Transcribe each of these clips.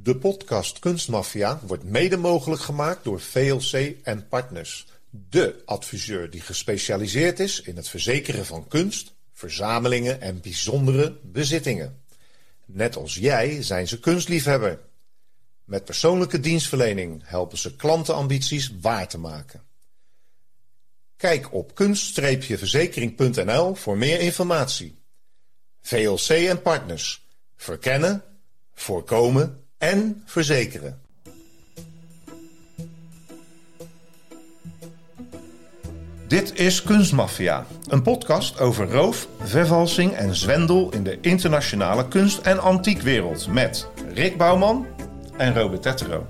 De podcast Kunstmafia wordt mede mogelijk gemaakt door VLC en Partners. De adviseur die gespecialiseerd is in het verzekeren van kunst, verzamelingen en bijzondere bezittingen. Net als jij zijn ze kunstliefhebber. Met persoonlijke dienstverlening helpen ze klantenambities waar te maken. Kijk op kunst-verzekering.nl voor meer informatie. VLC en Partners. Verkennen, voorkomen en verzekeren. Dit is Kunstmafia, een podcast over roof, vervalsing en zwendel in de internationale kunst- en antiekwereld met Rick Bouwman en Robert Tettero.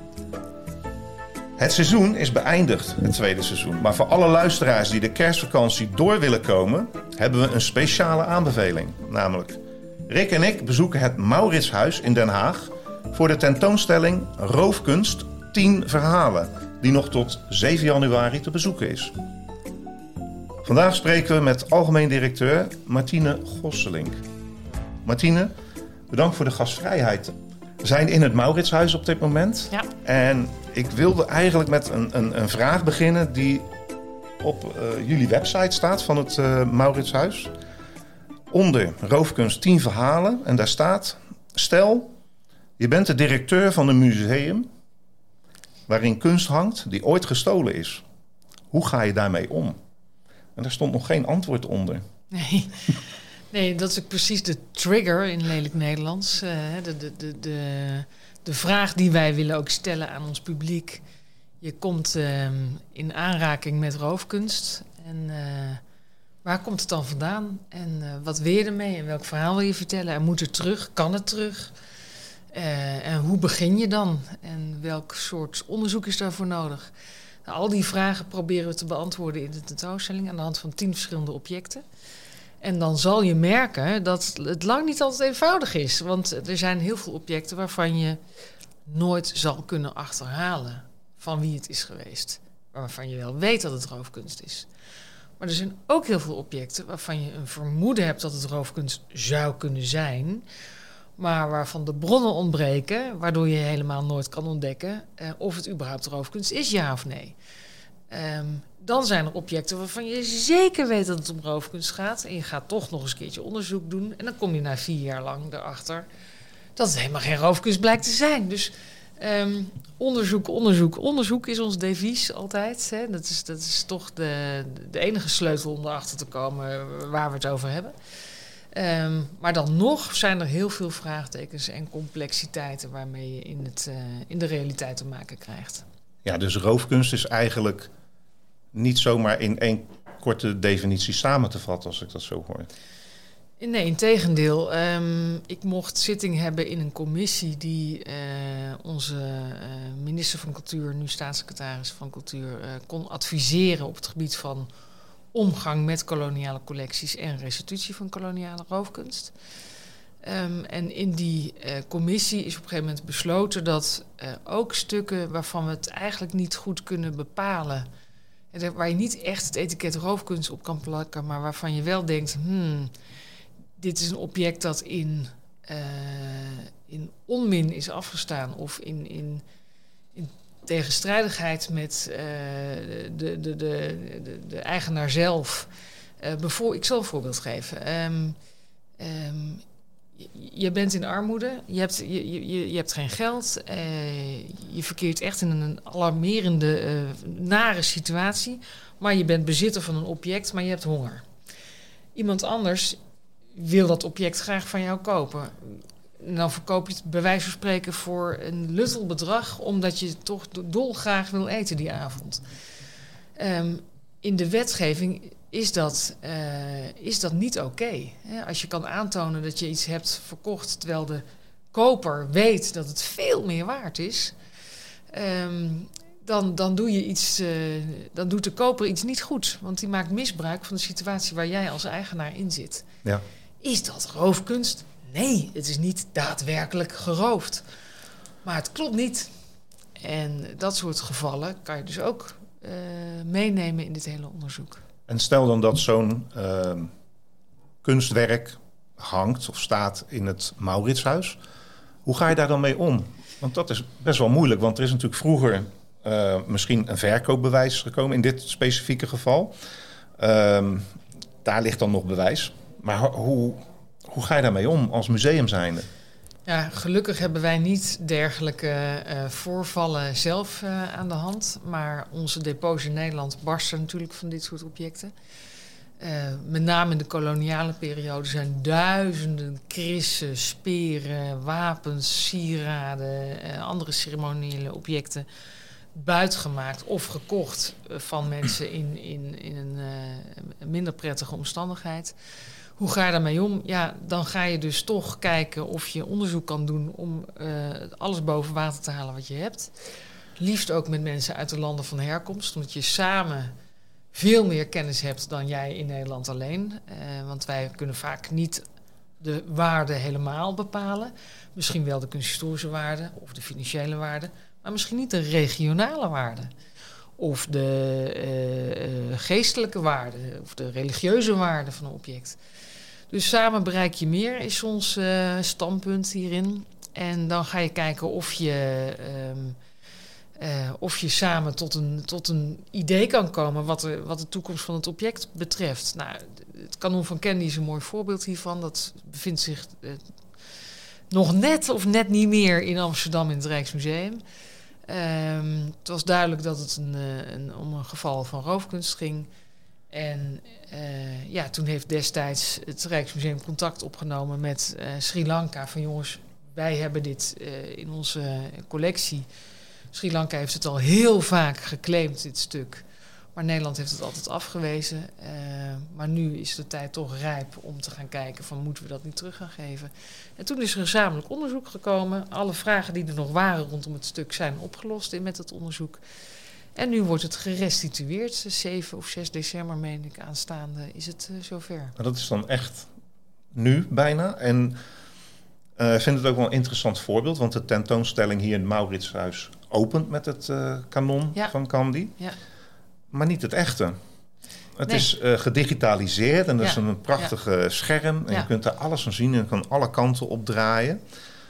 Het seizoen is beëindigd, het tweede seizoen. Maar voor alle luisteraars die de kerstvakantie door willen komen, hebben we een speciale aanbeveling. Namelijk, Rick en ik bezoeken het Mauritshuis in Den Haag voor de tentoonstelling Roofkunst 10 verhalen, die nog tot 7 januari te bezoeken is. Vandaag spreken we met algemeen directeur Martine Gosselink. Martine, bedankt voor de gastvrijheid. We zijn in het Mauritshuis op dit moment. Ja. En ik wilde eigenlijk met een vraag beginnen die op jullie website staat van het Mauritshuis. Onder Roofkunst 10 verhalen. En daar staat: stel, je bent de directeur van een museum waarin kunst hangt die ooit gestolen is. Hoe ga je daarmee om? En daar stond nog geen antwoord onder. Nee, dat is ook precies de trigger in lelijk Nederlands. De vraag die wij willen ook stellen aan ons publiek. Je komt in aanraking met roofkunst. En waar komt het dan vandaan? En wat wil je ermee? En welk verhaal wil je vertellen? En moet het terug? Kan het terug? En hoe begin je dan? En welk soort onderzoek is daarvoor nodig? Nou, al die vragen proberen we te beantwoorden in de tentoonstelling aan de hand van 10 verschillende objecten. En dan zal je merken dat het lang niet altijd eenvoudig is. Want er zijn heel veel objecten waarvan je nooit zal kunnen achterhalen van wie het is geweest. Waarvan je wel weet dat het roofkunst is. Maar er zijn ook heel veel objecten waarvan je een vermoeden hebt dat het roofkunst zou kunnen zijn, maar waarvan de bronnen ontbreken, waardoor je helemaal nooit kan ontdekken of het überhaupt roofkunst is, ja of nee. Dan zijn er objecten waarvan je zeker weet dat het om roofkunst gaat. En je gaat toch nog eens een keertje onderzoek doen. En dan kom je na 4 jaar lang erachter dat het helemaal geen roofkunst blijkt te zijn. Dus onderzoek is ons devies altijd. Hè. Dat is toch de enige sleutel om erachter te komen waar we het over hebben. Maar dan nog zijn er heel veel vraagtekens en complexiteiten waarmee je in de realiteit te maken krijgt. Ja, dus roofkunst is eigenlijk niet zomaar in één korte definitie samen te vatten, als ik dat zo hoor. Nee, integendeel. Ik mocht zitting hebben in een commissie die onze minister van Cultuur, nu staatssecretaris van Cultuur, kon adviseren op het gebied van omgang met koloniale collecties en restitutie van koloniale roofkunst. En in die commissie is op een gegeven moment besloten dat ook stukken waarvan we het eigenlijk niet goed kunnen bepalen, waar je niet echt het etiket roofkunst op kan plakken, maar waarvan je wel denkt, dit is een object dat in onmin is afgestaan of in tegenstrijdigheid met de eigenaar zelf. Ik zal een voorbeeld geven. Je bent in armoede, je hebt geen geld, je verkeert echt in een alarmerende, nare situatie, maar je bent bezitter van een object, maar je hebt honger. Iemand anders wil dat object graag van jou kopen. En dan verkoop je het bij wijze van spreken voor een luttel bedrag, omdat je toch dolgraag wil eten die avond. In de wetgeving is dat niet oké. Als je kan aantonen dat je iets hebt verkocht terwijl de koper weet dat het veel meer waard is, dan doet de koper iets niet goed. Want die maakt misbruik van de situatie waar jij als eigenaar in zit. Ja. Is dat roofkunst? Nee, het is niet daadwerkelijk geroofd. Maar het klopt niet. En dat soort gevallen kan je dus ook meenemen in dit hele onderzoek. En stel dan dat zo'n kunstwerk hangt of staat in het Mauritshuis. Hoe ga je daar dan mee om? Want dat is best wel moeilijk. Want er is natuurlijk vroeger misschien een verkoopbewijs gekomen. In dit specifieke geval. Daar ligt dan nog bewijs. Maar hoe ga je daarmee om als museum zijnde? Ja, gelukkig hebben wij niet dergelijke voorvallen zelf aan de hand. Maar onze depots in Nederland barsten natuurlijk van dit soort objecten. Met name in de koloniale periode zijn duizenden krissen, speren, wapens, sieraden, andere ceremoniële objecten buitgemaakt of gekocht van mensen in een minder prettige omstandigheid. Hoe ga je daarmee om? Ja, dan ga je dus toch kijken of je onderzoek kan doen om alles boven water te halen wat je hebt. Liefst ook met mensen uit de landen van herkomst, omdat je samen veel meer kennis hebt dan jij in Nederland alleen. Want wij kunnen vaak niet de waarde helemaal bepalen. Misschien wel de kunsthistorische waarde of de financiële waarde, maar misschien niet de regionale waarde. Of de geestelijke waarde of de religieuze waarde van een object. Dus samen bereik je meer, is ons standpunt hierin. En dan ga je kijken of je samen tot een idee kan komen wat de toekomst van het object betreft. Nou, het Kanon van Kandy is een mooi voorbeeld hiervan. Dat bevindt zich nog net of net niet meer in Amsterdam in het Rijksmuseum. Het was duidelijk dat het om een geval van roofkunst ging. En toen heeft destijds het Rijksmuseum contact opgenomen met Sri Lanka. Van jongens, wij hebben dit in onze collectie. Sri Lanka heeft het al heel vaak geclaimd, dit stuk. Maar Nederland heeft het altijd afgewezen. Maar nu is de tijd toch rijp om te gaan kijken van moeten we dat niet terug gaan geven. En toen is er gezamenlijk onderzoek gekomen. Alle vragen die er nog waren rondom het stuk zijn opgelost met het onderzoek. En nu wordt het gerestitueerd. 7 of 6 december, meen ik, aanstaande is het zover. Maar dat is dan echt nu bijna. En ik vind het ook wel een interessant voorbeeld. Want de tentoonstelling hier in het Mauritshuis opent met het kanon van Kandy. Ja. Maar niet het echte. Het is gedigitaliseerd en dat is een prachtige scherm. En je kunt er alles van zien en je kan alle kanten op draaien.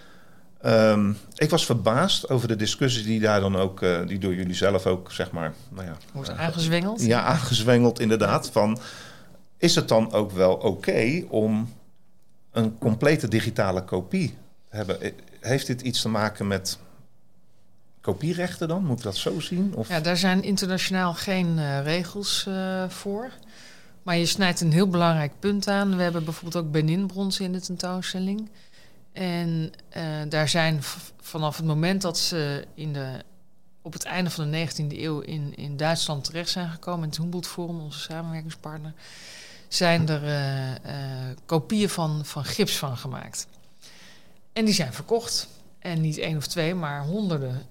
Ik was verbaasd over de discussie die daar dan ook, die door jullie zelf ook, zeg maar, wordt aangezwengeld? Ja, aangezwengeld inderdaad. Van, is het dan ook wel oké om een complete digitale kopie te hebben? Heeft dit iets te maken met kopierechten dan? Moet ik dat zo zien? Of? Ja, daar zijn internationaal geen regels voor. Maar je snijdt een heel belangrijk punt aan. We hebben bijvoorbeeld ook Benin-bronzen in de tentoonstelling. En daar zijn vanaf het moment dat ze op het einde van de 19e eeuw in Duitsland terecht zijn gekomen, in het Humboldt Forum, onze samenwerkingspartner, zijn er kopieën van gips van gemaakt. En die zijn verkocht. En niet 1 of 2, maar honderden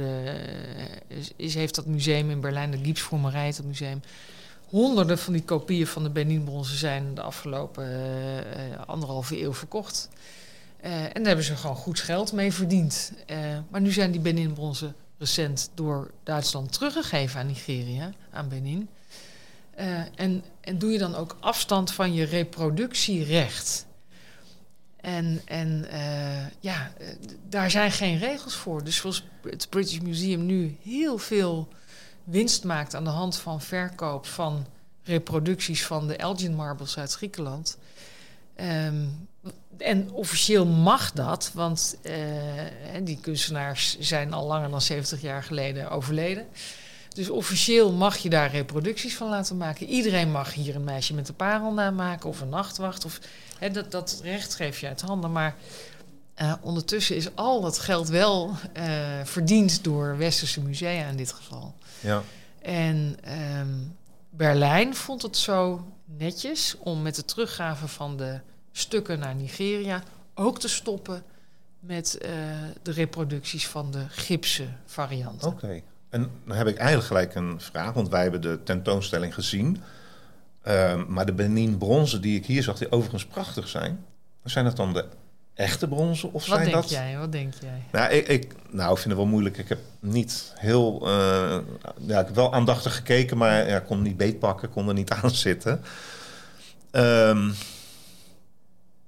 heeft dat museum in Berlijn, de Gipsvormerij, dat museum. Honderden van die kopieën van de Benin-bronzen zijn de afgelopen 1,5 eeuw verkocht. En daar hebben ze gewoon goed geld mee verdiend. Maar nu zijn die Benin-bronzen recent door Duitsland teruggegeven aan Nigeria, aan Benin. En doe je dan ook afstand van je reproductierecht. Daar zijn geen regels voor. Dus zoals het British Museum nu heel veel winst maakt aan de hand van verkoop van reproducties van de Elgin Marbles uit Griekenland. En officieel mag dat, want die kunstenaars zijn al langer dan 70 jaar geleden overleden. Dus officieel mag je daar reproducties van laten maken. Iedereen mag hier een meisje met een parel namaken of een nachtwacht. Dat recht geef je uit handen. Maar ondertussen is al dat geld wel verdiend door westerse musea in dit geval. Ja. En Berlijn vond het zo netjes om met de teruggave van de stukken naar Nigeria ook te stoppen met de reproducties van de gipsen varianten. Oké. En dan heb ik eigenlijk gelijk een vraag, want wij hebben de tentoonstelling gezien. Maar de Benin-bronzen die ik hier zag, die overigens prachtig zijn. Zijn dat dan de echte bronzen? Of zijn dat... Wat denk jij? Nou, ik vind het wel moeilijk. Ik heb niet heel... ik heb wel aandachtig gekeken, maar ik kon niet beetpakken, kon er niet aan zitten.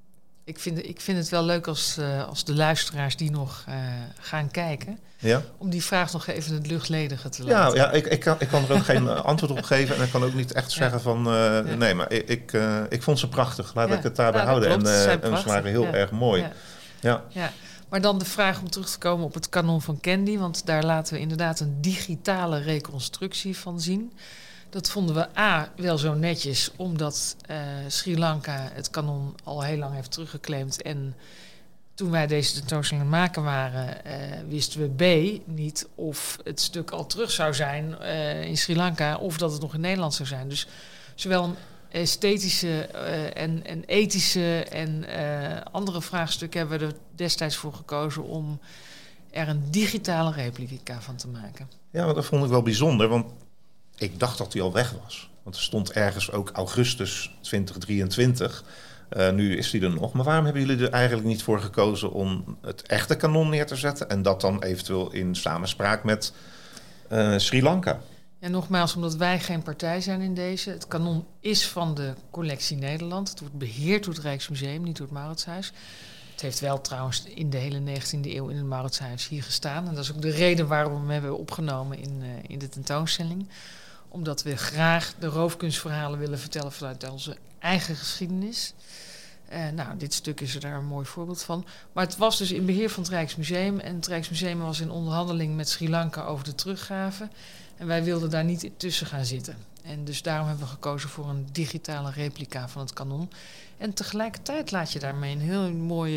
Ik vind het wel leuk als de luisteraars die nog gaan kijken... Ja? Om die vraag nog even in het luchtledige te laten. Ja, ik kan er ook geen antwoord op geven. En ik kan ook niet echt zeggen van... Nee, maar ik vond ze prachtig. Laat ik het daarbij houden. Klopt, en ze waren heel erg mooi. Ja. Maar dan de vraag om terug te komen op het kanon van Kandy. Want daar laten we inderdaad een digitale reconstructie van zien. Dat vonden we wel zo netjes, omdat Sri Lanka het kanon al heel lang heeft teruggeclaimd. En toen wij deze tentoonstelling aan het maken waren, wisten we niet of het stuk al terug zou zijn in Sri Lanka of dat het nog in Nederland zou zijn. Dus zowel een esthetische en ethische en andere vraagstukken hebben we er destijds voor gekozen om er een digitale replica van te maken. Ja, dat vond ik wel bijzonder, want ik dacht dat hij al weg was. Want er stond ergens ook augustus 2023. Nu is hij er nog. Maar waarom hebben jullie er eigenlijk niet voor gekozen om het echte kanon neer te zetten en dat dan eventueel in samenspraak met Sri Lanka? En nogmaals, omdat wij geen partij zijn in deze. Het kanon is van de collectie Nederland. Het wordt beheerd door het Rijksmuseum, niet door het Mauritshuis. Het heeft wel trouwens in de hele 19e eeuw in het Mauritshuis hier gestaan. En dat is ook de reden waarom we hem hebben opgenomen in de tentoonstelling. Omdat we graag de roofkunstverhalen willen vertellen vanuit onze eigen geschiedenis. Dit stuk is er daar een mooi voorbeeld van. Maar het was dus in beheer van het Rijksmuseum. En het Rijksmuseum was in onderhandeling met Sri Lanka over de teruggave. En wij wilden daar niet tussen gaan zitten. En dus daarom hebben we gekozen voor een digitale replica van het kanon. En tegelijkertijd laat je daarmee een heel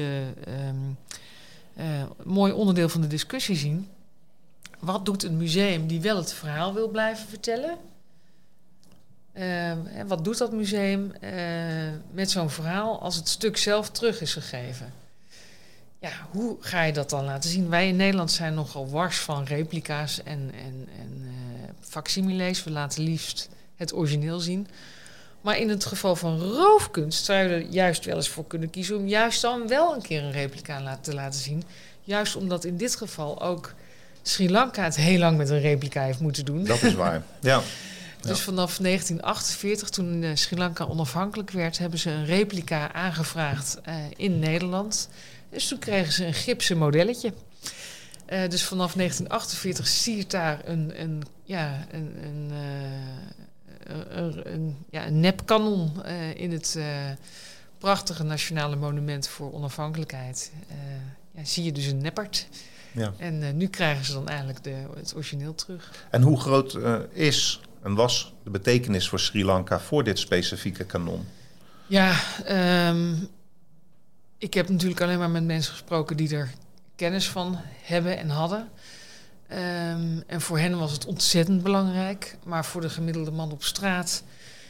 mooi onderdeel van de discussie zien. Wat doet een museum die wel het verhaal wil blijven vertellen? Wat doet dat museum met zo'n verhaal als het stuk zelf terug is gegeven? Ja, hoe ga je dat dan laten zien? Wij in Nederland zijn nogal wars van replica's en facsimiles. We laten liefst het origineel zien. Maar in het geval van roofkunst zou je er juist wel eens voor kunnen kiezen om juist dan wel een keer een replica te laten zien. Juist omdat in dit geval ook Sri Lanka het heel lang met een replica heeft moeten doen. Dat is waar, ja. Dus vanaf 1948, toen Sri Lanka onafhankelijk werd, hebben ze een replica aangevraagd in Nederland. Dus toen kregen ze een gipsen modelletje. Dus vanaf 1948 siert daar een nepkanon in het prachtige Nationale Monument voor Onafhankelijkheid. Zie je dus een neppert. Ja. En nu krijgen ze dan eigenlijk het origineel terug. En hoe groot is en was de betekenis voor Sri Lanka voor dit specifieke kanon? Ja, ik heb natuurlijk alleen maar met mensen gesproken die er kennis van hebben en hadden. En voor hen was het ontzettend belangrijk. Maar voor de gemiddelde man op straat,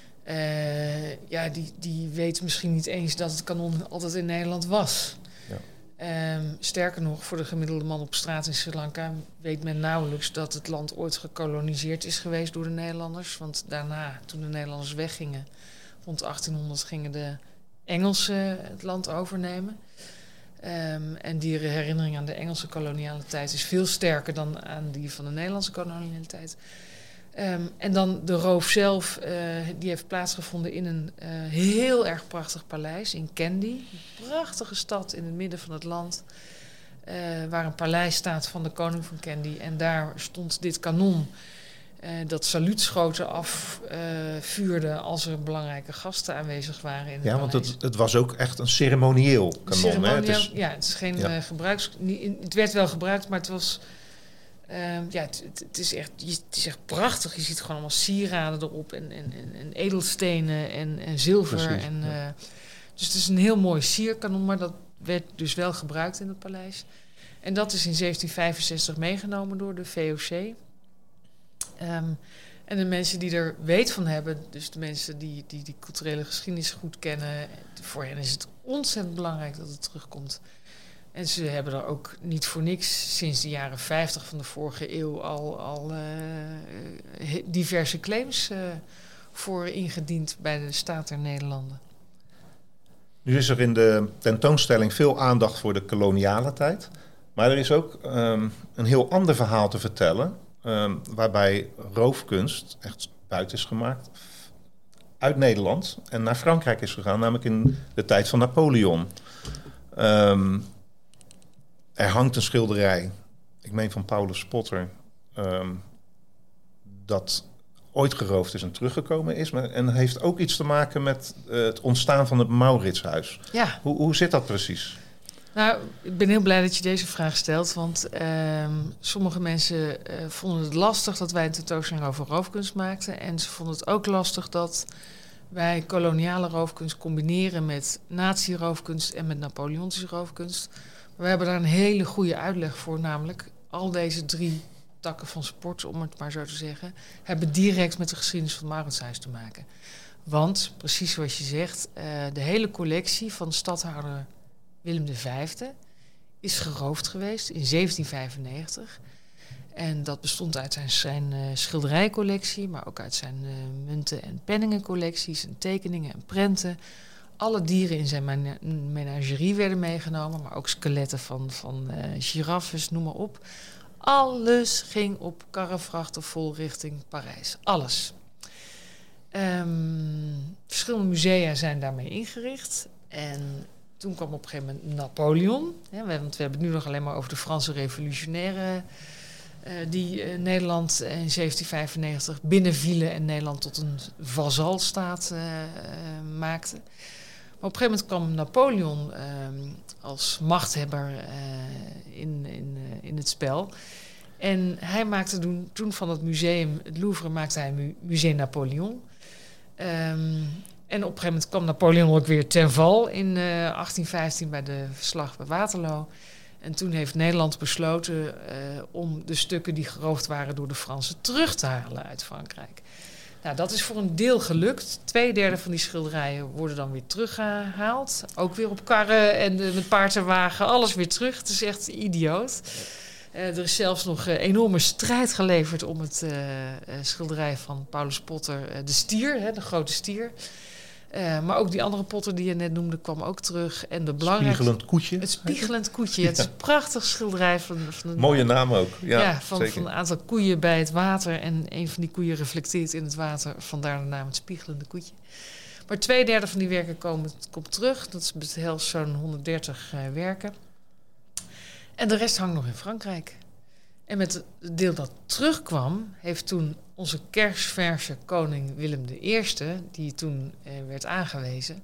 die weet misschien niet eens dat het kanon altijd in Nederland was. Ja. Sterker nog, voor de gemiddelde man op straat in Sri Lanka weet men nauwelijks dat het land ooit gekoloniseerd is geweest door de Nederlanders. Want daarna, toen de Nederlanders weggingen, rond 1800 gingen de Engelsen het land overnemen. En die herinnering aan de Engelse koloniale tijd is veel sterker dan aan die van de Nederlandse koloniale tijd. En dan de roof zelf, die heeft plaatsgevonden in een heel erg prachtig paleis in Kandy. Een prachtige stad in het midden van het land, waar een paleis staat van de koning van Kandy. En daar stond dit kanon dat saluutschoten afvuurde als er belangrijke gasten aanwezig waren in het paleis. Want het was ook echt een ceremonieel kanon. Het is geen gebruiks... Het werd wel gebruikt, maar het was... Het is echt prachtig. Je ziet gewoon allemaal sieraden erop en edelstenen en zilver. Precies, dus het is een heel mooi sierkanon, maar dat werd dus wel gebruikt in het paleis. En dat is in 1765 meegenomen door de VOC. En de mensen die er weet van hebben, dus de mensen die culturele geschiedenis goed kennen, voor hen is het ontzettend belangrijk dat het terugkomt. En ze hebben er ook niet voor niks sinds de jaren 50 van de vorige eeuw al diverse claims voor ingediend bij de Staat der Nederlanden. Nu is er in de tentoonstelling veel aandacht voor de koloniale tijd. Maar er is ook een heel ander verhaal te vertellen, waarbij roofkunst echt buiten is gemaakt uit Nederland en naar Frankrijk is gegaan, namelijk in de tijd van Napoleon. Er hangt een schilderij, ik meen van Paulus Potter, dat ooit geroofd is en teruggekomen is. En heeft ook iets te maken met het ontstaan van het Mauritshuis. Ja. Hoe zit dat precies? Nou, ik ben heel blij dat je deze vraag stelt. Want sommige mensen vonden het lastig dat wij een tentoonstelling over roofkunst maakten. En ze vonden het ook lastig dat wij koloniale roofkunst combineren met nazi-roofkunst en met Napoleontische roofkunst. Maar we hebben daar een hele goede uitleg voor, namelijk al deze 3 takken van sport, om het maar zo te zeggen, hebben direct met de geschiedenis van het Mauritshuis te maken. Want, precies zoals je zegt, de hele collectie van stadhouder Willem V is geroofd geweest in 1795. En dat bestond uit zijn schilderijcollectie, maar ook uit zijn munten- en penningencollecties, en tekeningen en prenten. Alle dieren in zijn menagerie werden meegenomen, maar ook skeletten van giraffes, noem maar op. Alles ging op karrevrachten vol richting Parijs. Alles. Verschillende musea zijn daarmee ingericht. En toen kwam op een gegeven moment Napoleon. Want we hebben het nu nog alleen maar over de Franse revolutionairen die Nederland in 1795 binnenvielen en Nederland tot een vazalstaat maakten. Maar op een gegeven moment kwam Napoleon als machthebber in het spel. En hij maakte toen van het museum, het Louvre, maakte hij Museum Napoleon. En op een gegeven moment kwam Napoleon ook weer ten val in 1815 bij de slag bij Waterloo. En toen heeft Nederland besloten om de stukken die geroofd waren door de Fransen terug te halen uit Frankrijk. Nou, dat is voor een deel gelukt. 2/3 van die schilderijen worden dan weer teruggehaald. Ook weer op karren en met paard en wagen, alles weer terug. Het is echt idioot. Er is zelfs nog enorme strijd geleverd om het schilderij van Paulus Potter, de stier, de grote stier. Maar ook die andere Potter die je net noemde kwam ook terug. En de Spiegelend koetje. Het spiegelend koetje. Ja. Het is een prachtig schilderij van mooie naam ook. Van een aantal koeien bij het water. En een van die koeien reflecteert in het water. Vandaar de naam het spiegelende koetje. Maar 2/3 van die werken komt terug. Dat behelst zo'n 130 werken. En de rest hangt nog in Frankrijk. En met het deel dat terugkwam, heeft toen onze kersverse koning Willem I, die toen werd aangewezen,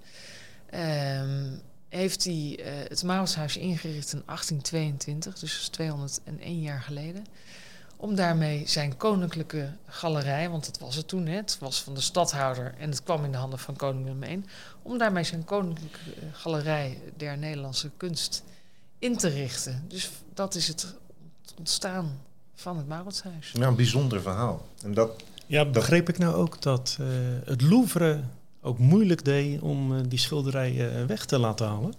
heeft hij het Mauritshuis ingericht in 1822, dus 201 jaar geleden, om daarmee zijn koninklijke galerij, want dat was het toen, het was van de stadhouder en het kwam in de handen van koning Willem I, om daarmee zijn koninklijke galerij der Nederlandse kunst in te richten. Dus dat is het ontstaan van het Mauritshuis. Ja, een bijzonder verhaal. En begreep ik nou ook dat het Louvre ook moeilijk deed om die schilderijen weg te laten halen?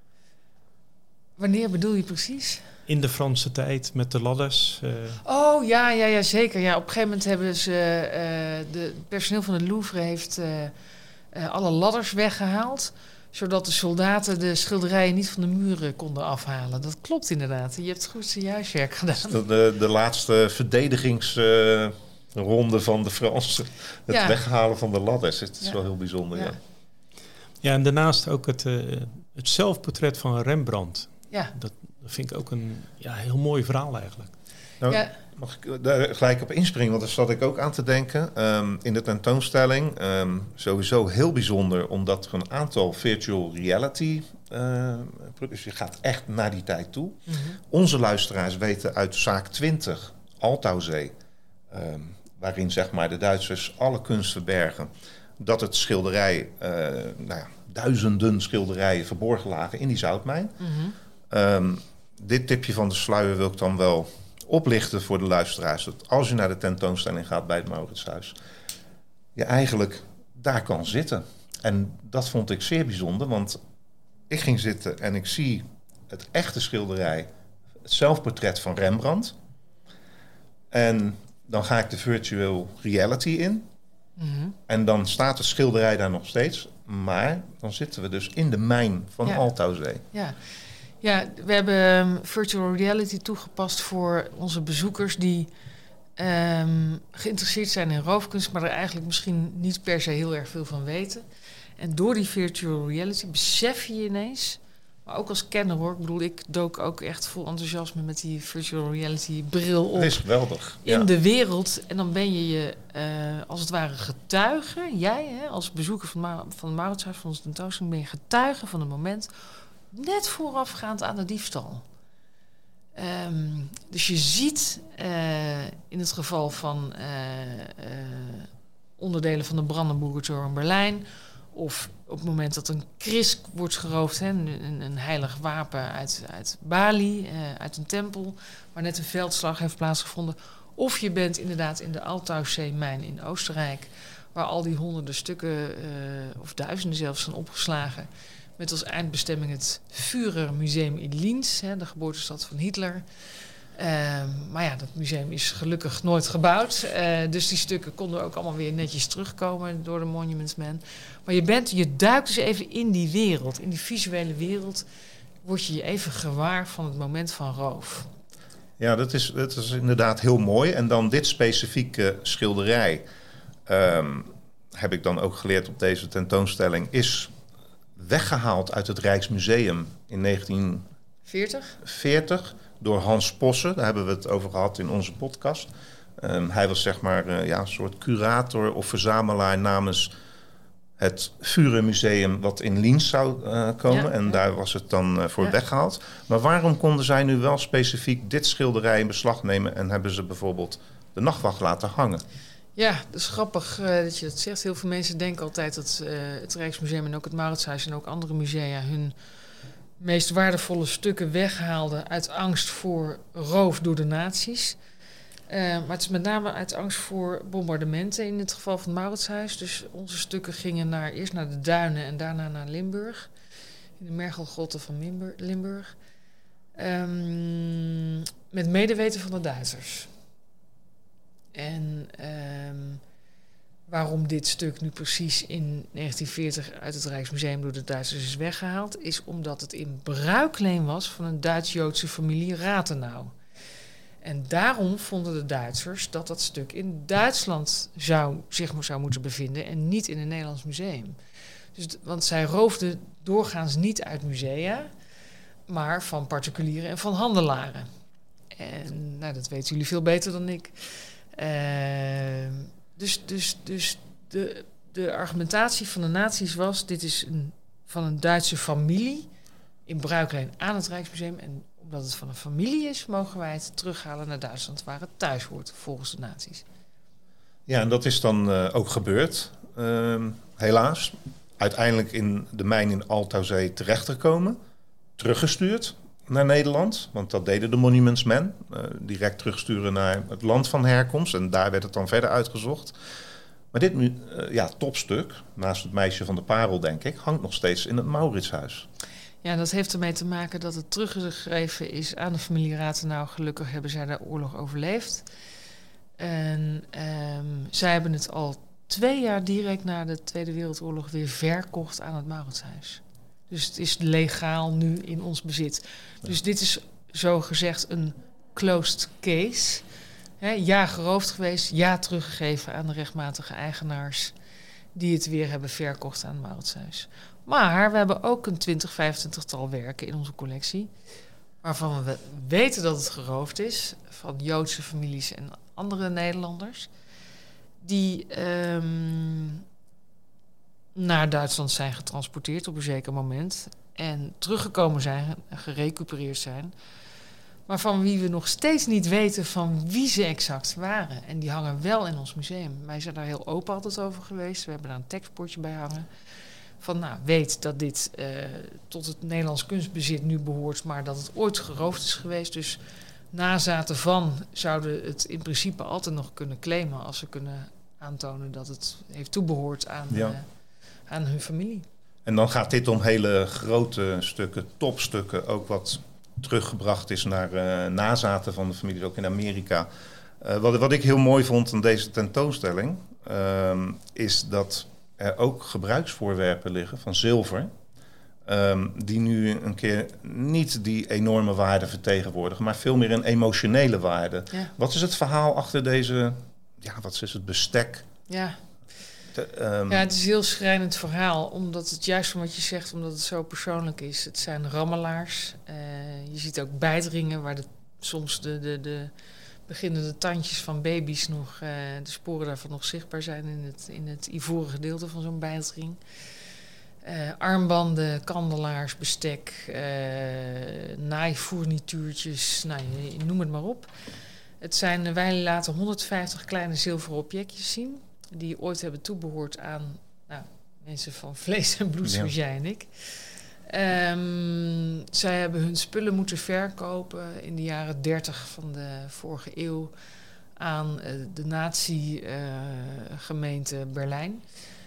Wanneer bedoel je precies? In de Franse tijd met de ladders. Oh, ja, zeker. Ja, op een gegeven moment hebben ze... het personeel van het Louvre heeft alle ladders weggehaald, zodat de soldaten de schilderijen niet van de muren konden afhalen. Dat klopt inderdaad. Je hebt goed je huiswerk gedaan. De laatste verdedigingsronde van de Fransen. Het weghalen van de ladders. Het is wel heel bijzonder. Ja, en daarnaast ook het zelfportret van Rembrandt. Ja. Dat vind ik ook een heel mooi verhaal eigenlijk. Nou, mag ik daar gelijk op inspringen? Want daar zat ik ook aan te denken. In de tentoonstelling. Sowieso heel bijzonder, omdat er een aantal virtual reality... dus je gaat echt naar die tijd toe. Mm-hmm. Onze luisteraars weten uit zaak 20, Altaussee... waarin zeg maar de Duitsers alle kunst verbergen... dat het schilderij... duizenden schilderijen verborgen lagen in die zoutmijn. Mm-hmm. Dit tipje van de sluier wil ik dan wel oplichten voor de luisteraars. Dat als je naar de tentoonstelling gaat bij het Mauritshuis, je eigenlijk daar kan zitten. En dat vond ik zeer bijzonder, want ik ging zitten en ik zie het echte schilderij, het zelfportret van Rembrandt. En dan ga ik de virtual reality in. Mm-hmm. En dan staat het schilderij daar nog steeds. Maar dan zitten we dus in de mijn van Altaussee. Ja, we hebben virtual reality toegepast voor onze bezoekers die geïnteresseerd zijn in roofkunst, maar er eigenlijk misschien niet per se heel erg veel van weten. En door die virtual reality besef je ineens Maar ook als kenner hoor. Ik bedoel, ik dook ook echt vol enthousiasme met die virtual reality bril op. Dat is geweldig. In de wereld. En dan ben je als het ware getuige. Jij als bezoeker van het Mauritshuis, van onze tentoonstelling, ben je getuige van het moment net voorafgaand aan de diefstal. Dus je ziet in het geval van onderdelen van de Brandenburger in Berlijn, of op het moment dat een kris wordt geroofd, een heilig wapen uit Bali, uit een tempel, waar net een veldslag heeft plaatsgevonden. Of je bent inderdaad in de Altaussee-mijn in Oostenrijk, waar al die honderden stukken, of duizenden zelfs, zijn opgeslagen. Met als eindbestemming het Führermuseum in Linz, de geboortestad van Hitler. Maar ja, dat museum is gelukkig nooit gebouwd. Dus die stukken konden ook allemaal weer netjes terugkomen door de Monuments Man. Maar je duikt dus even in die wereld, in die visuele wereld, word je even gewaar van het moment van roof. Ja, dat is inderdaad heel mooi. En dan dit specifieke schilderij, heb ik dan ook geleerd op deze tentoonstelling, is weggehaald uit het Rijksmuseum in 1940 door Hans Posse. Daar hebben we het over gehad in onze podcast. Hij was zeg maar een soort curator of verzamelaar namens het Führermuseum wat in Linz zou komen. En daar was het dan voor weggehaald. Maar waarom konden zij nu wel specifiek dit schilderij in beslag nemen en hebben ze bijvoorbeeld de Nachtwacht laten hangen? Ja, dat is grappig dat je dat zegt. Heel veel mensen denken altijd dat het Rijksmuseum en ook het Mauritshuis en ook andere musea hun meest waardevolle stukken weghaalden uit angst voor roof door de nazi's. Maar het is met name uit angst voor bombardementen in het geval van het Mauritshuis. Dus onze stukken gingen eerst naar de duinen en daarna naar Limburg. In de Mergelgrotten van Limburg. Met medeweten van de Duitsers. En waarom dit stuk nu precies in 1940 uit het Rijksmuseum door de Duitsers is weggehaald, is omdat het in bruikleen was van een Duits-Joodse familie Rathenau. En daarom vonden de Duitsers dat dat stuk in Duitsland zich zou moeten bevinden en niet in een Nederlands museum. Want zij roofden doorgaans niet uit musea, maar van particulieren en van handelaren. En dat weten jullie veel beter dan ik. Dus de argumentatie van de nazi's was, dit is van een Duitse familie in bruikleen aan het Rijksmuseum. En omdat het van een familie is, mogen wij het terughalen naar Duitsland, waar het thuis hoort, volgens de nazi's. Ja, en dat is dan ook gebeurd, helaas. Uiteindelijk in de mijn in Altaussee terechtgekomen, teruggestuurd naar Nederland, want dat deden de Monuments Men. Direct terugsturen naar het land van herkomst en daar werd het dan verder uitgezocht. Maar dit topstuk, naast het meisje van de parel denk ik, hangt nog steeds in het Mauritshuis. Ja, dat heeft ermee te maken dat het teruggegeven is aan de familie Rathenau. Gelukkig hebben zij de oorlog overleefd. En zij hebben het al 2 jaar direct na de Tweede Wereldoorlog weer verkocht aan het Mauritshuis. Dus het is legaal nu in ons bezit. Ja. Dus dit is zogezegd een closed case. Ja, geroofd geweest, ja, teruggegeven aan de rechtmatige eigenaars die het weer hebben verkocht aan het Mauritshuis. Maar we hebben ook een 20-25-tal werken in onze collectie, waarvan we weten dat het geroofd is, van Joodse families en andere Nederlanders, die naar Duitsland zijn getransporteerd op een zeker moment en teruggekomen zijn en gerecupereerd zijn, maar van wie we nog steeds niet weten van wie ze exact waren. En die hangen wel in ons museum. Wij zijn daar heel open altijd over geweest. We hebben daar een tekstbordje bij hangen. Van weet dat dit tot het Nederlands kunstbezit nu behoort, maar dat het ooit geroofd is geweest. Dus nazaten van zouden het in principe altijd nog kunnen claimen als ze kunnen aantonen dat het heeft toebehoord aan hun familie. En dan gaat dit om hele grote stukken, topstukken, ook wat teruggebracht is naar nazaten van de familie, ook in Amerika. Wat ik heel mooi vond aan deze tentoonstelling, is dat er ook gebruiksvoorwerpen liggen van zilver, die nu een keer niet die enorme waarde vertegenwoordigen, maar veel meer een emotionele waarde. Ja. Wat is het verhaal achter deze, wat is het, bestek? Ja. Ja, het is een heel schrijnend verhaal. Omdat het juist van wat je zegt, omdat het zo persoonlijk is. Het zijn rammelaars. Je ziet ook bijdringen waar soms de beginnende tandjes van baby's nog, de sporen daarvan nog zichtbaar zijn in het ivoren gedeelte van zo'n bijdring. Armbanden, kandelaars, bestek, naaifournituurtjes, noem het maar op. Wij laten 150 kleine zilveren objectjes zien, die ooit hebben toebehoord aan mensen van vlees en bloed, zoals jij en ik. Zij hebben hun spullen moeten verkopen in de jaren 30 van de vorige eeuw aan de nazi-gemeente Berlijn.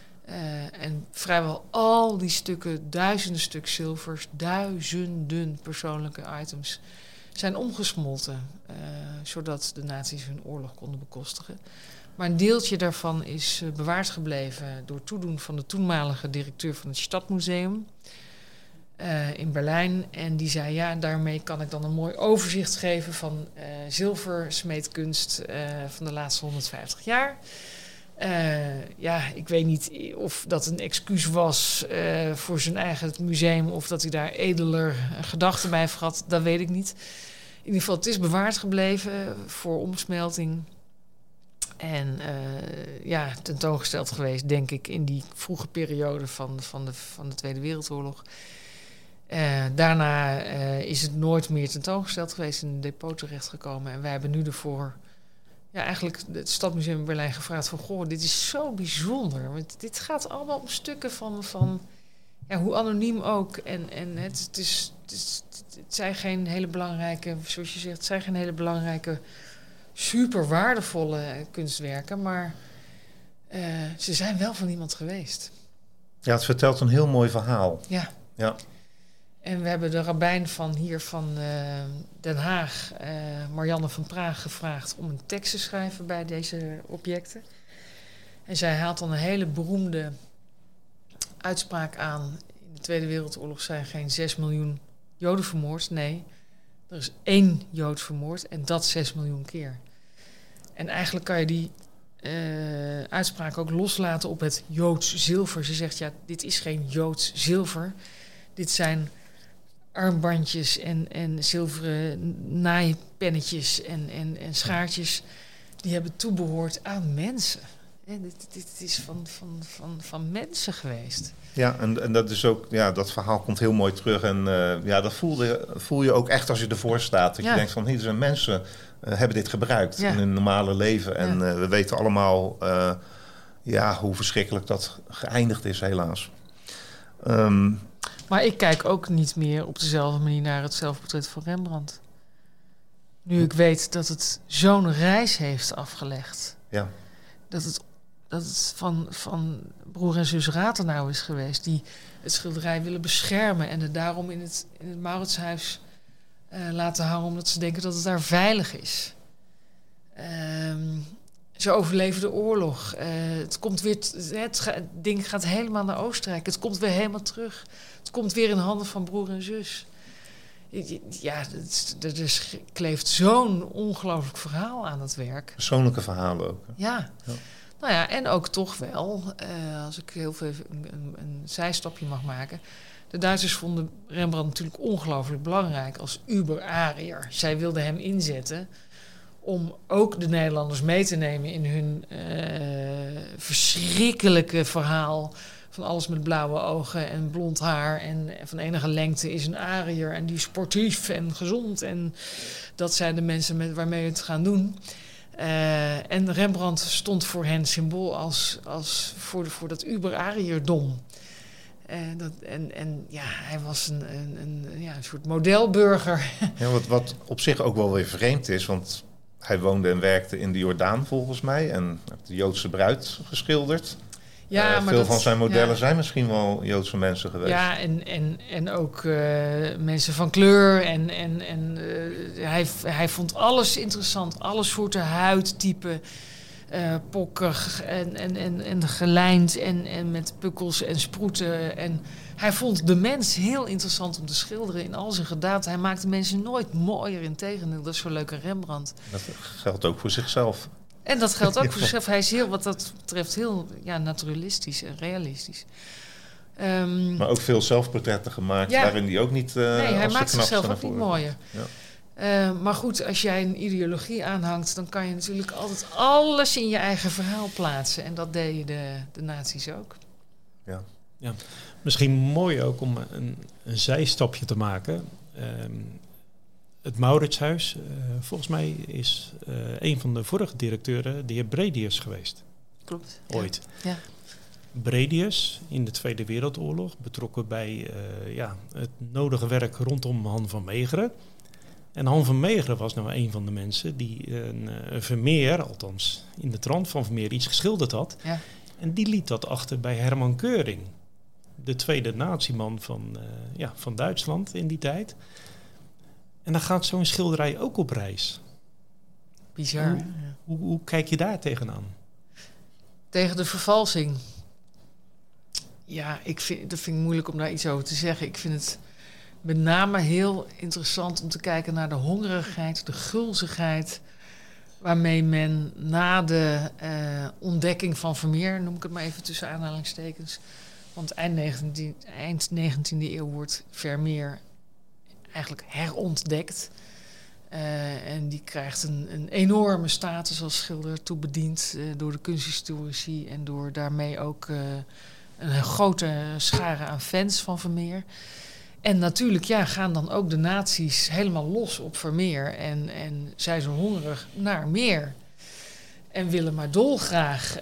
En vrijwel al die stukken, duizenden stuk zilvers, duizenden persoonlijke items zijn omgesmolten, zodat de nazi's hun oorlog konden bekostigen. Maar een deeltje daarvan is bewaard gebleven door toedoen van de toenmalige directeur van het Stadmuseum in Berlijn. En die zei, daarmee kan ik dan een mooi overzicht geven van zilversmeedkunst van de laatste 150 jaar. Ik weet niet of dat een excuus was voor zijn eigen museum of dat hij daar edeler gedachten bij heeft gehad, dat weet ik niet. In ieder geval, het is bewaard gebleven voor omsmelting. En tentoongesteld geweest, denk ik, in die vroege periode van de Tweede Wereldoorlog. Daarna is het nooit meer tentoongesteld geweest, in een depot terechtgekomen. En wij hebben nu ervoor eigenlijk het Stadmuseum in Berlijn gevraagd van, goh, dit is zo bijzonder. Want dit gaat allemaal om stukken van hoe anoniem ook. En het zijn geen hele belangrijke, zoals je zegt, het zijn geen hele belangrijke, super waardevolle kunstwerken, maar ze zijn wel van iemand geweest. Ja, het vertelt een heel mooi verhaal. Ja. En we hebben de rabbijn van Den Haag, Marianne van Praag, gevraagd om een tekst te schrijven bij deze objecten. En zij haalt dan een hele beroemde uitspraak aan. In de Tweede Wereldoorlog zijn geen 6 miljoen Joden vermoord. Nee, er is 1 Jood vermoord en dat 6 miljoen keer. En eigenlijk kan je die uitspraak ook loslaten op het Joods zilver. Ze zegt, dit is geen Joods zilver. Dit zijn armbandjes en zilveren naaipennetjes en schaartjes die hebben toebehoord aan mensen. Dit is van mensen geweest. Ja, en dat is ook, dat verhaal komt heel mooi terug. En dat voel je ook echt als je ervoor staat. Dat je denkt van, hier zijn mensen hebben dit gebruikt in hun normale leven. En we weten allemaal hoe verschrikkelijk dat geëindigd is, helaas. Maar ik kijk ook niet meer op dezelfde manier naar het zelfportret van Rembrandt. Nu ik weet dat het zo'n reis heeft afgelegd. Ja. Dat het van broer en zus Rathenau is geweest, die het schilderij willen beschermen en het daarom in het Mauritshuis laten hangen, omdat ze denken dat het daar veilig is. Ze overleven de oorlog. Het ding gaat helemaal naar Oostenrijk. Het komt weer helemaal terug. Het komt weer in handen van broer en zus. Er kleeft zo'n ongelooflijk verhaal aan het werk. Persoonlijke verhalen ook. Ja. Nou ja, en ook toch wel, als ik heel veel een zijstapje mag maken. De Duitsers vonden Rembrandt natuurlijk ongelooflijk belangrijk als Uber-Ariër. Zij wilden hem inzetten om ook de Nederlanders mee te nemen in hun verschrikkelijke verhaal van alles met blauwe ogen en blond haar en van enige lengte is een Ariër en die is sportief en gezond en dat zijn de mensen waarmee we het gaan doen. En Rembrandt stond voor hen symbool als voor dat Uber-Ariërdom. Hij was een soort modelburger. Ja, wat op zich ook wel weer vreemd is, want hij woonde en werkte in de Jordaan volgens mij en heeft de Joodse bruid geschilderd. Ja, maar veel van zijn modellen zijn misschien wel Joodse mensen geweest. Ja, en ook mensen van kleur. Hij vond alles interessant. Alle soorten huidtypen. Pokkig en gelijnd en met pukkels en sproeten. En hij vond de mens heel interessant om te schilderen in al zijn gedaante. Hij maakte mensen nooit mooier, integendeel. Dat is zo leuk aan Rembrandt. Dat geldt ook voor zichzelf. En dat geldt ook voor zichzelf. Hij is wat dat betreft heel naturalistisch en realistisch. Maar ook veel zelfportretten gemaakt, waarin hij ook niet hij maakt zichzelf ook niet mooier. Ja. Maar goed, als jij een ideologie aanhangt, dan kan je natuurlijk altijd alles in je eigen verhaal plaatsen. En dat deden de nazi's ook. Ja. Misschien mooi ook om een zijstapje te maken. Het Mauritshuis, volgens mij is een van de vorige directeuren de heer Bredius geweest. Klopt. Ooit. Ja. Bredius in de Tweede Wereldoorlog betrokken bij het nodige werk rondom Han van Meegeren. En Han van Meegeren was nou een van de mensen die Vermeer, althans in de trant van Vermeer, iets geschilderd had. Ja. En die liet dat achter bij Herman Göring, de tweede naziman van Duitsland in die tijd. En dan gaat zo'n schilderij ook op reis. Bizar. Hoe kijk je daar tegenaan? Tegen de vervalsing. Ja, dat vind ik moeilijk om daar iets over te zeggen. Ik vind het met name heel interessant om te kijken naar de hongerigheid, de gulzigheid, waarmee men na de ontdekking van Vermeer, noem ik het maar even tussen aanhalingstekens, want eind 19e eeuw wordt Vermeer eigenlijk herontdekt. En die krijgt een enorme status als schilder toebediend door de kunsthistorici en door daarmee ook een grote schare aan fans van Vermeer. En natuurlijk gaan dan ook de nazi's helemaal los op Vermeer en zijn ze hongerig naar meer. En willen maar dolgraag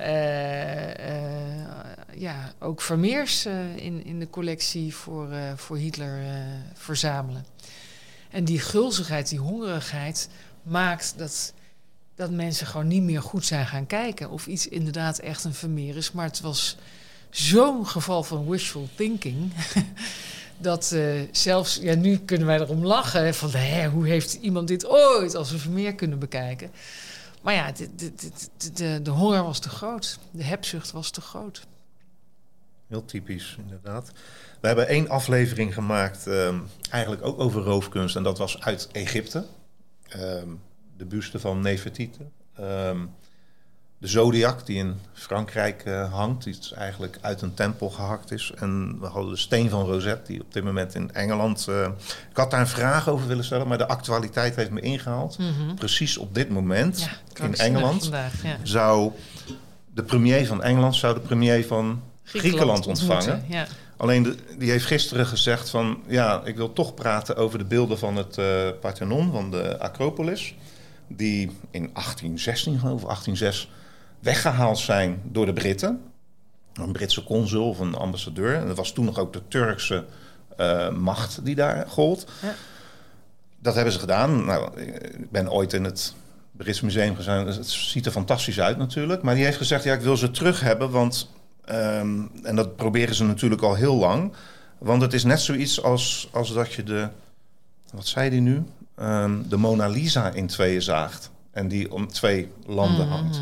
ook Vermeers in de collectie voor Hitler verzamelen. En die gulzigheid, die hongerigheid maakt dat mensen gewoon niet meer goed zijn gaan kijken of iets inderdaad echt een Vermeer is. Maar het was zo'n geval van wishful thinking dat zelfs, nu kunnen wij erom lachen van hoe heeft iemand dit ooit als een Vermeer kunnen bekijken. Maar ja, de honger was te groot, de hebzucht was te groot. Heel typisch, inderdaad. We hebben 1 aflevering gemaakt, eigenlijk ook over roofkunst. En dat was uit Egypte. De buste van Nefertiti. De Zodiac, die in Frankrijk hangt. Die eigenlijk uit een tempel gehakt is. En we hadden de Steen van Rosette, die op dit moment in Engeland... ik had daar een vraag over willen stellen, maar de actualiteit heeft me ingehaald. Mm-hmm. Precies op dit moment, in Engeland, vandaag, zou de premier van Engeland de premier van Griekenland ontvangen. Ja. Alleen die heeft gisteren gezegd van... ik wil toch praten over de beelden van het Parthenon, van de Acropolis. Die in 1816, geloof ik, 1806... weggehaald zijn door de Britten. Een Britse consul of een ambassadeur. En dat was toen nog ook de Turkse macht die daar gold. Ja. Dat hebben ze gedaan. Nou, ik ben ooit in het Brits Museum gezien. Het ziet er fantastisch uit natuurlijk. Maar die heeft gezegd, ik wil ze terug hebben, want... en dat proberen ze natuurlijk al heel lang. Want het is net zoiets als dat je de... Wat zei die nu? De Mona Lisa in tweeën zaagt. En die om 2 landen hangt.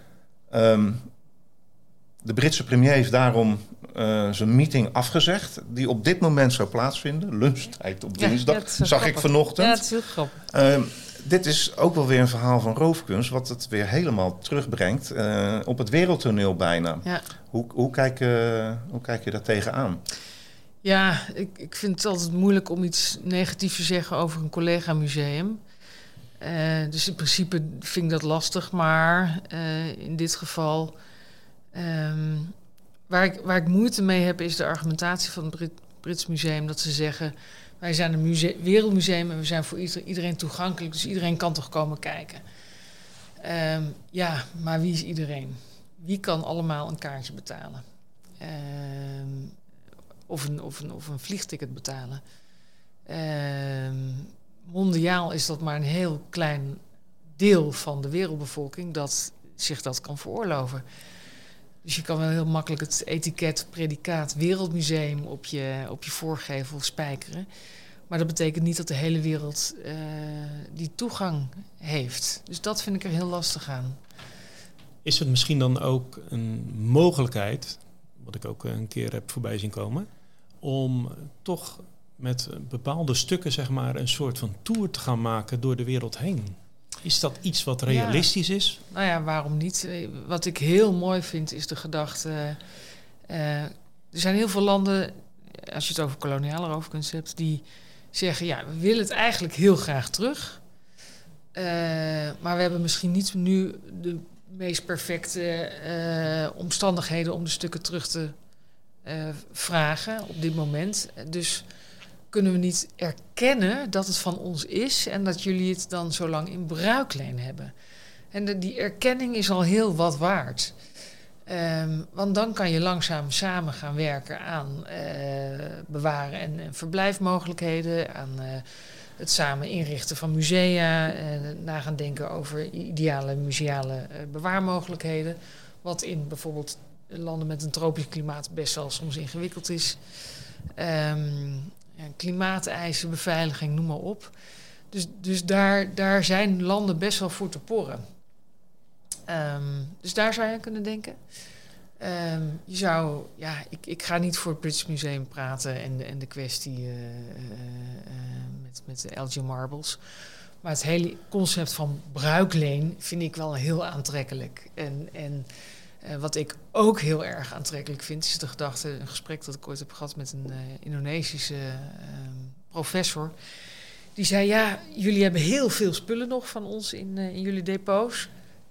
De Britse premier heeft daarom zijn meeting afgezegd. Die op dit moment zou plaatsvinden. Lunchtijd op dinsdag. Zag ik vanochtend. Ja, het is heel grappig. Dit is ook wel weer een verhaal van roofkunst, wat het weer helemaal terugbrengt op het wereldtoneel bijna. Ja. Hoe kijk je daar tegenaan? Ja, ik vind het altijd moeilijk om iets negatiefs te zeggen over een collega-museum. Dus in principe vind ik dat lastig, maar in dit geval... waar ik moeite mee heb, is de argumentatie van het Brits Museum, dat ze zeggen... Wij zijn een wereldmuseum en we zijn voor iedereen toegankelijk. Dus iedereen kan toch komen kijken. Maar wie is iedereen? Wie kan allemaal een kaartje betalen? Of een vliegticket betalen? Mondiaal is dat maar een heel klein deel van de wereldbevolking dat zich dat kan veroorloven. Dus je kan wel heel makkelijk het etiket, predicaat, wereldmuseum op je voorgevel spijkeren. Maar dat betekent niet dat de hele wereld die toegang heeft. Dus dat vind ik er heel lastig aan. Is het misschien dan ook een mogelijkheid, wat ik ook een keer heb voorbij zien komen, om toch met bepaalde stukken zeg maar een soort van tour te gaan maken door de wereld heen? Is dat iets wat realistisch is? Nou ja, waarom niet? Wat ik heel mooi vind is de gedachte... er zijn heel veel landen, als je het over koloniale roofkunst hebt... die zeggen, we willen het eigenlijk heel graag terug. Maar we hebben misschien niet nu de meest perfecte omstandigheden... om de stukken terug te vragen op dit moment. Dus kunnen we niet erkennen dat het van ons is... en dat jullie het dan zo lang in bruikleen hebben. En die erkenning is al heel wat waard. Want dan kan je langzaam samen gaan werken aan bewaren en verblijfmogelijkheden... aan het samen inrichten van musea... na gaan denken over ideale museale bewaarmogelijkheden... wat in bijvoorbeeld landen met een tropisch klimaat best wel soms ingewikkeld is... klimaateisen, beveiliging, noem maar op. Dus daar zijn landen best wel voor te porren. Dus daar zou je aan kunnen denken. Je zou, ik ga niet voor het British Museum praten en de kwestie met de Elgin Marbles. Maar het hele concept van bruikleen vind ik wel heel aantrekkelijk. En wat ik ook heel erg aantrekkelijk vind, is de gedachte, een gesprek dat ik ooit heb gehad met een Indonesische professor. Die zei, jullie hebben heel veel spullen nog van ons in jullie depots.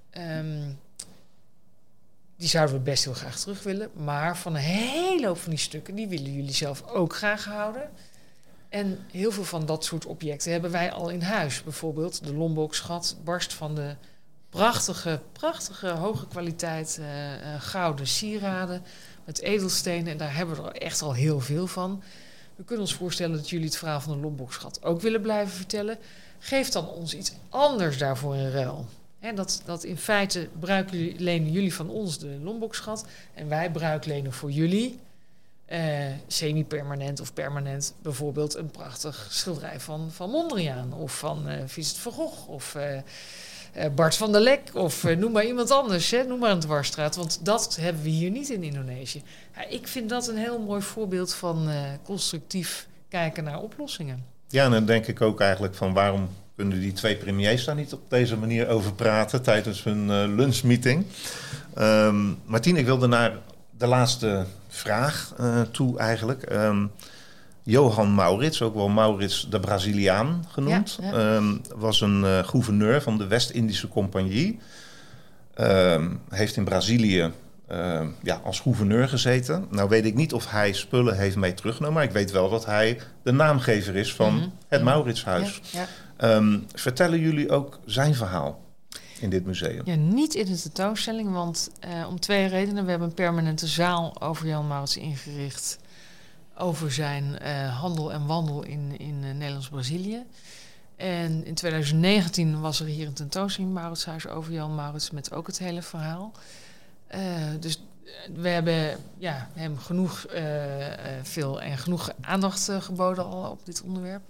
Die zouden we best heel graag terug willen. Maar van een hele hoop van die stukken, die willen jullie zelf ook graag houden. En heel veel van dat soort objecten hebben wij al in huis. Bijvoorbeeld de Lombokschat barst van de prachtige, hoge kwaliteit gouden sieraden met edelstenen. En daar hebben we er echt al heel veel van. We kunnen ons voorstellen dat jullie het verhaal van de Lombokschat ook willen blijven vertellen. Geef dan ons iets anders daarvoor in ruil. He, dat in feite bruiklenen jullie van ons de Lombokschat en wij bruiklenen voor jullie semi-permanent of permanent bijvoorbeeld een prachtig schilderij van Mondriaan of van Vincent van Gogh of Bart van der Lek of noem maar iemand anders, noem maar een dwarsstraat, want dat hebben we hier niet in Indonesië. Ja, ik vind dat een heel mooi voorbeeld van constructief kijken naar oplossingen. Ja, en dan denk ik ook eigenlijk van waarom kunnen die twee premiers daar niet op deze manier over praten tijdens hun lunchmeeting. Martien, ik wilde naar de laatste vraag toe eigenlijk. Johan Maurits, ook wel Maurits de Braziliaan genoemd, was een gouverneur van de West-Indische Compagnie. Heeft in Brazilië als gouverneur gezeten. Nou weet ik niet of hij spullen heeft mee teruggenomen, maar ik weet wel dat hij de naamgever is van het Mauritshuis. Vertellen jullie ook zijn verhaal in dit museum? Ja, niet in de tentoonstelling, want om twee redenen. We hebben een permanente zaal over Johan Maurits ingericht over zijn handel en wandel in Nederlands-Brazilië. En in 2019 was er hier een tentoonstelling in het Mauritshuis over Johan Maurits met ook het hele verhaal. Dus we hebben hem genoeg veel en genoeg aandacht geboden al op dit onderwerp.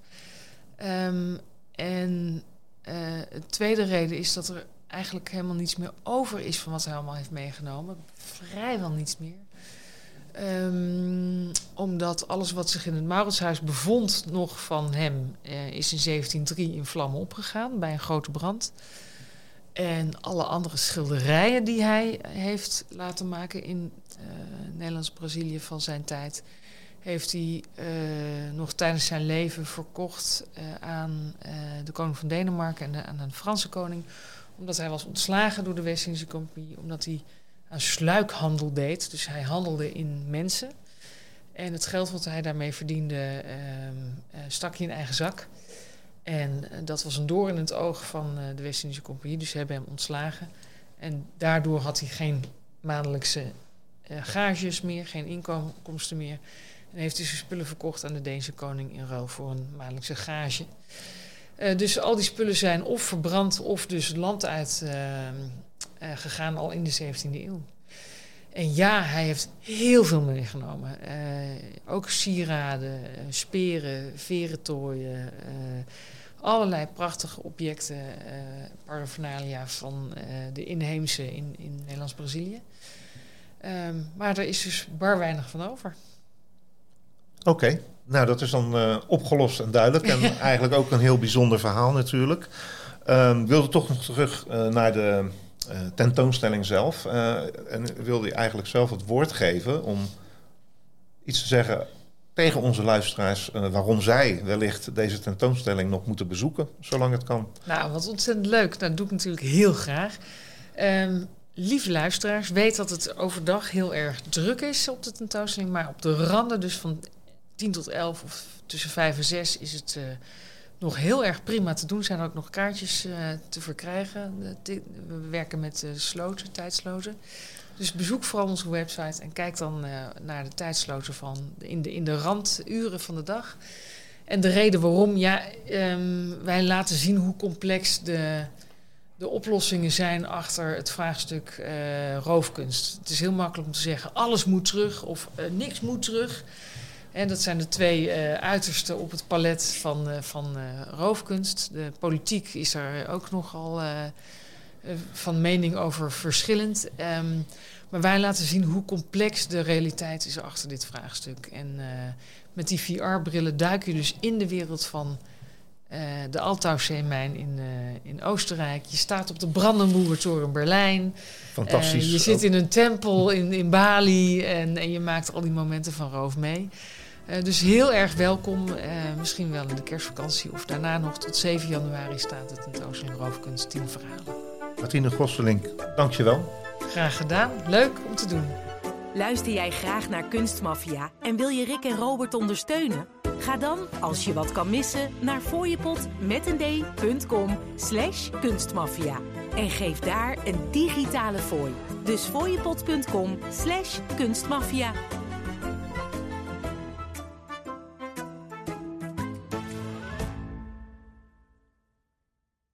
De tweede reden is dat er eigenlijk helemaal niets meer over is van wat hij allemaal heeft meegenomen. Vrijwel niets meer. Omdat alles wat zich in het Mauritshuis bevond nog van hem is in 1703 in vlammen opgegaan bij een grote brand. En alle andere schilderijen die hij heeft laten maken in Nederlands-Brazilië van zijn tijd, heeft hij nog tijdens zijn leven verkocht aan de koning van Denemarken en aan de Franse koning. Omdat hij was ontslagen door de West-Indische Compagnie, omdat hij aan sluikhandel deed. Dus hij handelde in mensen. En het geld wat hij daarmee verdiende stak hij in eigen zak. En dat was een doorn in het oog van de West-Indische Compagnie. Dus ze hebben hem ontslagen. En daardoor had hij geen maandelijkse gages meer, geen inkomsten meer. En heeft hij zijn spullen verkocht aan de Deense koning in ruil voor een maandelijkse gage. Dus al die spullen zijn of verbrand of dus het land uit gegaan al in de 17e eeuw. En ja, hij heeft heel veel meegenomen. Ook sieraden, speren, verentooien, allerlei prachtige objecten, paraphernalia van de inheemse in Nederlands-Brazilië. Maar er is dus bar weinig van over. Oké, nou dat is dan opgelost en duidelijk. En eigenlijk ook een heel bijzonder verhaal natuurlijk. Wilde toch nog terug naar de tentoonstelling zelf. En wilde je eigenlijk zelf het woord geven om iets te zeggen tegen onze luisteraars waarom zij wellicht deze tentoonstelling nog moeten bezoeken, zolang het kan. Nou, wat ontzettend leuk. Dat doe ik natuurlijk heel graag. Lieve luisteraars, weet dat het overdag heel erg druk is op de tentoonstelling, maar op de randen, dus van 10 tot 11 of tussen 5 en 6, is het nog heel erg prima te doen. Er zijn ook nog kaartjes te verkrijgen. We werken met tijdsloten. Dus bezoek vooral onze website en kijk dan naar de tijdsloten van in de randuren van de dag. En de reden waarom, wij laten zien hoe complex de oplossingen zijn achter het vraagstuk roofkunst. Het is heel makkelijk om te zeggen, alles moet terug of niks moet terug. En dat zijn de twee uitersten op het palet van roofkunst. De politiek is er ook nogal van mening over verschillend. Maar wij laten zien hoe complex de realiteit is achter dit vraagstuk. En met die VR-brillen duik je dus in de wereld van de Altaussee-mijn in Oostenrijk. Je staat op de Brandenburger-toren in Berlijn. Fantastisch. Je zit in een tempel in Bali en je maakt al die momenten van roof mee. Dus heel erg welkom. Misschien wel in de kerstvakantie of daarna nog. Tot 7 januari staat de tentoonstelling Roofkunst 10 verhalen. Martine Gosselink, dank je wel. Graag gedaan. Leuk om te doen. Luister jij graag naar Kunstmafia en wil je Rick en Robert ondersteunen? Ga dan, als je wat kan missen, naar fooiepot.com/kunstmafia. En geef daar een digitale fooi. Dus fooiepot.com/kunstmafia.